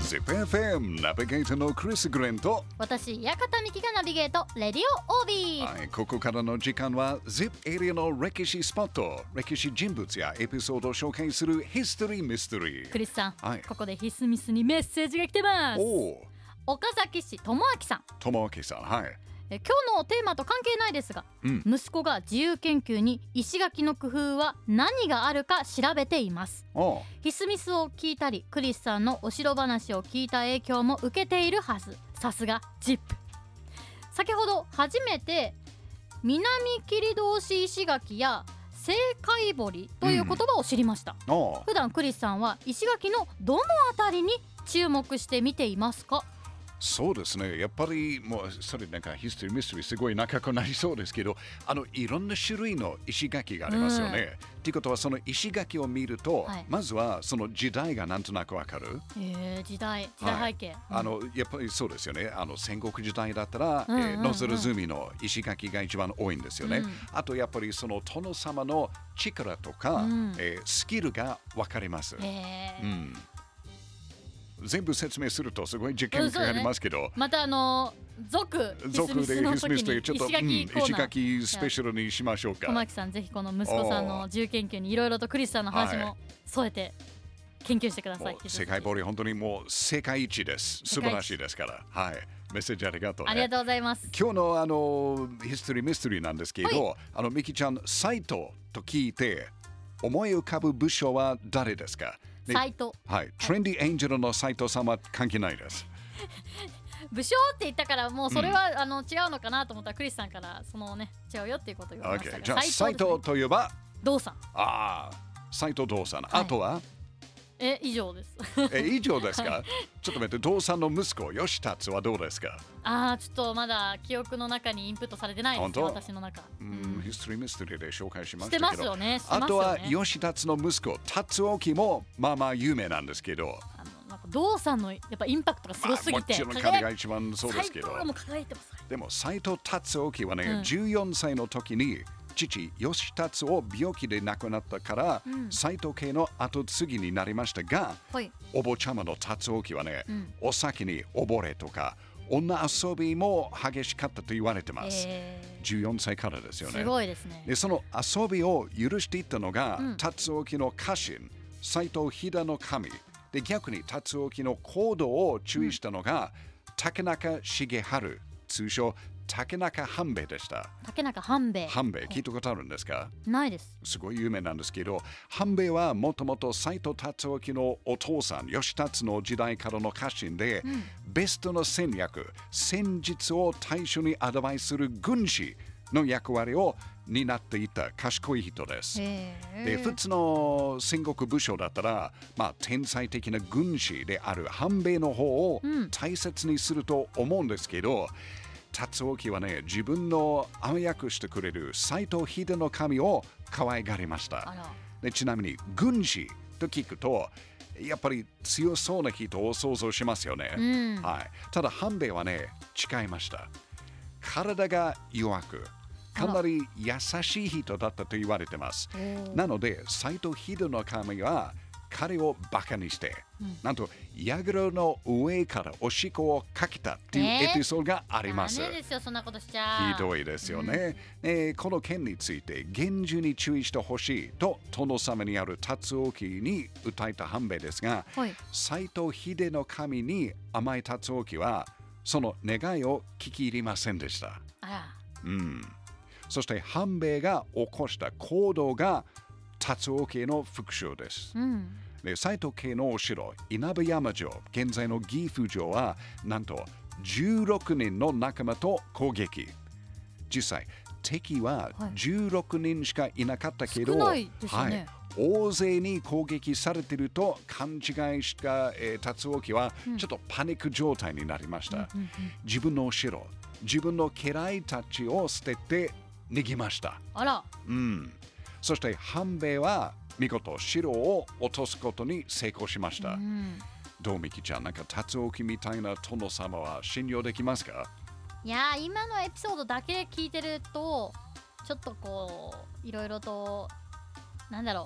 ZIPFM ナビゲーターのクリス・グレンと私、館美希がナビゲート、レディオ OB。 はい、ここからの時間は ZIP エリアの歴史スポット、歴史人物やエピソードを紹介するヒストリー・ミステリー。 クリスさん、 はい、 ここでヒスミスにメッセージが来てます。岡崎市智明さん。 智明さん、はい。 今日のテーマと関係ないですが、息子が自由研究に石垣の工夫は何があるか調べています。ヒスミスを聞いたりクリスさんのお城話を聞いた影響も受けているはず。さすがジップ。先ほど初めて南切通石垣や青海堀という言葉を知りました。普段クリスさんは石垣のどのあたりに注目して見ていますか？ そうですね。やっぱりもうそれなんかヒストリーミステリーすごい長くなりそうですけど、いろんな種類の石垣がありますよね。っていうことはその石垣を見ると、まずはその時代がなんとなくわかる。 時代背景、 やっぱりそうですよね。戦国時代だったら、ノズル積みの石垣が一番多いんですよね。あとやっぱりその殿様の力とか、スキルがわかります。全部説明するとすごい時間かかりますけど、 また続でヒスミスというちょっと石垣スペシャルにしましょうか。 小牧さんぜひこの息子さんの自由研究にいろいろとクリスさんの話も添えて研究してください。 世界堀本当にもう世界一です。素晴らしいですから。はい。メッセージありがとうね。 ありがとうございます。 今日のヒストリーミステリーなんですけど、ミキちゃん斎藤と聞いて思い浮かぶ武将は誰ですか？ 斎藤。 はい。トレンディエンジェルの斎藤さんは関係ないです。 武将って言ったからもうそれは、違うのかなと思ったらクリスさんからそのね違うよっていうことを言われましたが、 じゃあ斎藤といえば道さん。 斎藤道さん。あとは以上です。 以上ですか？ちょっと待って、道さんの息子義達はどうですか？ ちょっとまだ記憶の中にインプットされてないですよ、私の中。 ヒストリーミステリーで紹介しましたけど、 してますよね。 あとは義達の息子達興もまあまあ有名なんですけど、 なんか道さんのやっぱインパクトがすごすぎて、 もちろん彼が一番そうですけど、 斎藤も輝いてます。 でも斎藤達興はね、14歳の時に父義達を病気で亡くなったから、斎藤家の後継ぎになりましたが、お坊ちゃまの達興はね、お酒に溺れとか女遊びも激しかったと言われてます。14歳からですよね。 すごいですね。 でその遊びを許していったのが、達興の家臣斎藤秀の神で、逆に達興の行動を注意したのが、竹中重治、通称竹中半兵衛でした。 竹中半兵衛。 半兵衛聞いたことあるんですか？ ないです。 すごい有名なんですけど、半兵衛はもともと斎藤達興のお父さん義達の時代からの家臣で、ベストの戦略戦術を対処にアドバイスする軍師の役割を担っていた賢い人です。で普通の戦国武将だったら、天才的な軍師である半兵衛の方を大切にすると思うんですけど、達興はね、自分の暗躍してくれる斎藤秀の神を可愛がりました。でちなみに軍師と聞くとやっぱり強そうな人を想像しますよね。ただ半兵衛はね違いました。体が弱くかなり優しい人だったと言われてます。なので斎藤秀の神は彼をバカにして、なんと櫓の上からおしっこをかけたっていうエピソードがあります。 ダメですよ、そんなことしちゃ。 ひどいですよね。この件について厳重に注意してほしいと殿様にある達興に訴えた半兵衛ですが、斎藤秀の神に甘い達興はその願いを聞き入りませんでした。そして半兵衛が起こした行動が達興の復讐です。で斎藤家のお城稲葉山城、現在の岐阜城はなんと16人の仲間と攻撃。実際敵は16人しかいなかったけど、大勢に攻撃されていると勘違いした、達興はちょっとパニック状態になりました。自分のお城、自分の家来たちを捨てて逃げました。そして半兵衛は見事城を落とすことに成功しました。どうミキちゃん、なんか達興みたいな殿様は信用できますか？ いや今のエピソードだけ聞いてるとちょっとこういろいろとなんだろう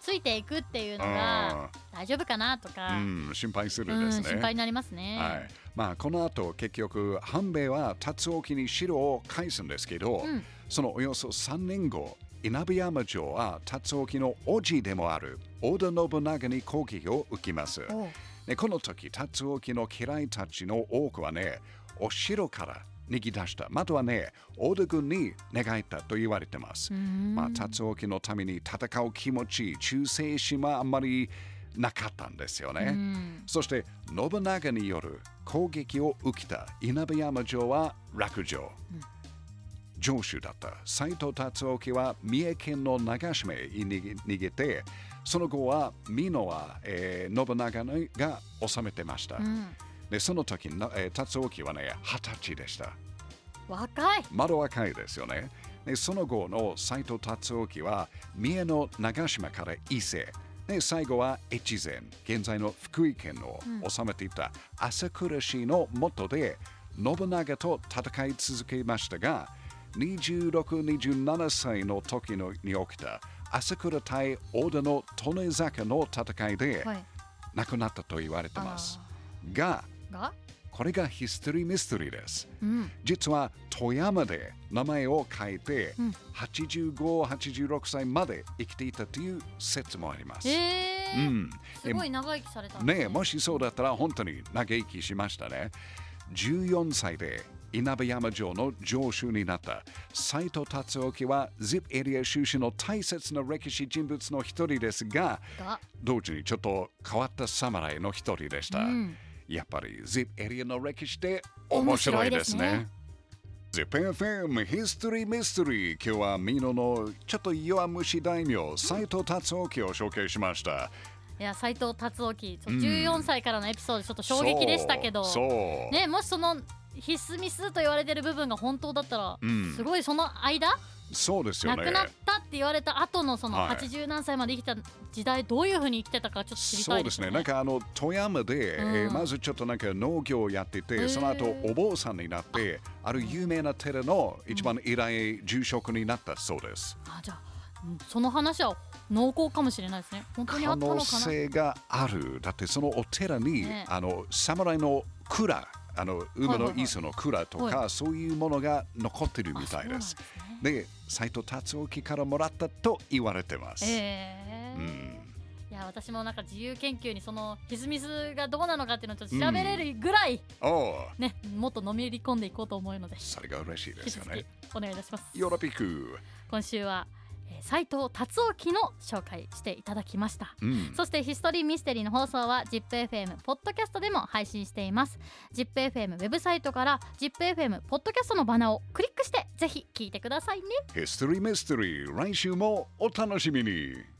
ついていくっていうのが大丈夫かなとか、 心配するですね。 心配になりますね。 はい。まあこの後結局半兵衛は辰興に城を返すんですけど、そのおよそ3年後、稲部山城は辰興の叔父でもある織田信長に攻撃を受けます。でこの時辰興の家来たちの多くはね、お城から逃げ出した。またはね、織田軍に寝返ったと言われてます。まあ辰興のために戦う気持ち、忠誠心はあんまりなかったんですよね。そして信長による攻撃を受けた稲部山城は落城。城主だった斎藤辰興は三重県の長島へ逃げて、その後は美濃は、信長が治めてました。でその時辰興はね、20歳でした。 若い。 まだ若いですよね。でその後の斎藤辰興は三重の長島から伊勢で最後は越前、現在の福井県を治めていた朝倉氏の下で信長と戦い続けましたが、26、27歳の時に起きた朝倉対織田の利根坂の戦いで亡くなったと言われています。がこれがヒストリーミステリーです。実は富山で名前を変えて、85、86歳まで生きていたという説もあります。 すごい長生きされたんですね。もしそうだったら本当に長生きしましたね。14歳で稲部山城の城主になった斎藤辰興は ZIP エリア出身の大切な歴史人物の一人ですが、同時にちょっと変わった侍の一人でした。やっぱり ZIP エリアの歴史って面白いですね。ZIPFM ヒストリーミステリー、今日は美濃のちょっと弱虫大名斎藤辰興を紹介しました。 いや、斎藤辰興14歳からのエピソードちょっと衝撃でしたけど、ね、もしそのヒスミスと言われてる部分が本当だったら、すごいその間、 そうですよね、 亡くなったって言われた後のその80何歳まで生きた時代、どういうふうに生きてたかちょっと知りたいですね。 そうですね。なんか富山で、まずちょっとなんか農業をやってて、その後お坊さんになって、ある有名な寺の一番偉い住職になったそうです。 じゃあその話は濃厚かもしれないですね。本当にあったのかな。 可能性がある。だってそのお寺に、侍の蔵、馬の磯の蔵とか、そういうものが残ってるみたいです。で、斎藤辰興からもらったと言われてます。いや、私もなんか自由研究にそのひずみずがどうなのかっていうのをちょっと調べれるぐらい、ね、もっとのめり込んでいこうと思うので、 それが嬉しいですよね。 お願いいたします。 よろぴく。 今週は斎藤辰興の紹介していただきました。そしてヒストリーミステリーの放送は ZIPFM ポッドキャストでも配信しています。 ZIPFM ウェブサイトから ZIPFM ポッドキャストのバナーをクリックしてぜひ聞いてくださいね。 ヒストリーミステリー、来週もお楽しみに。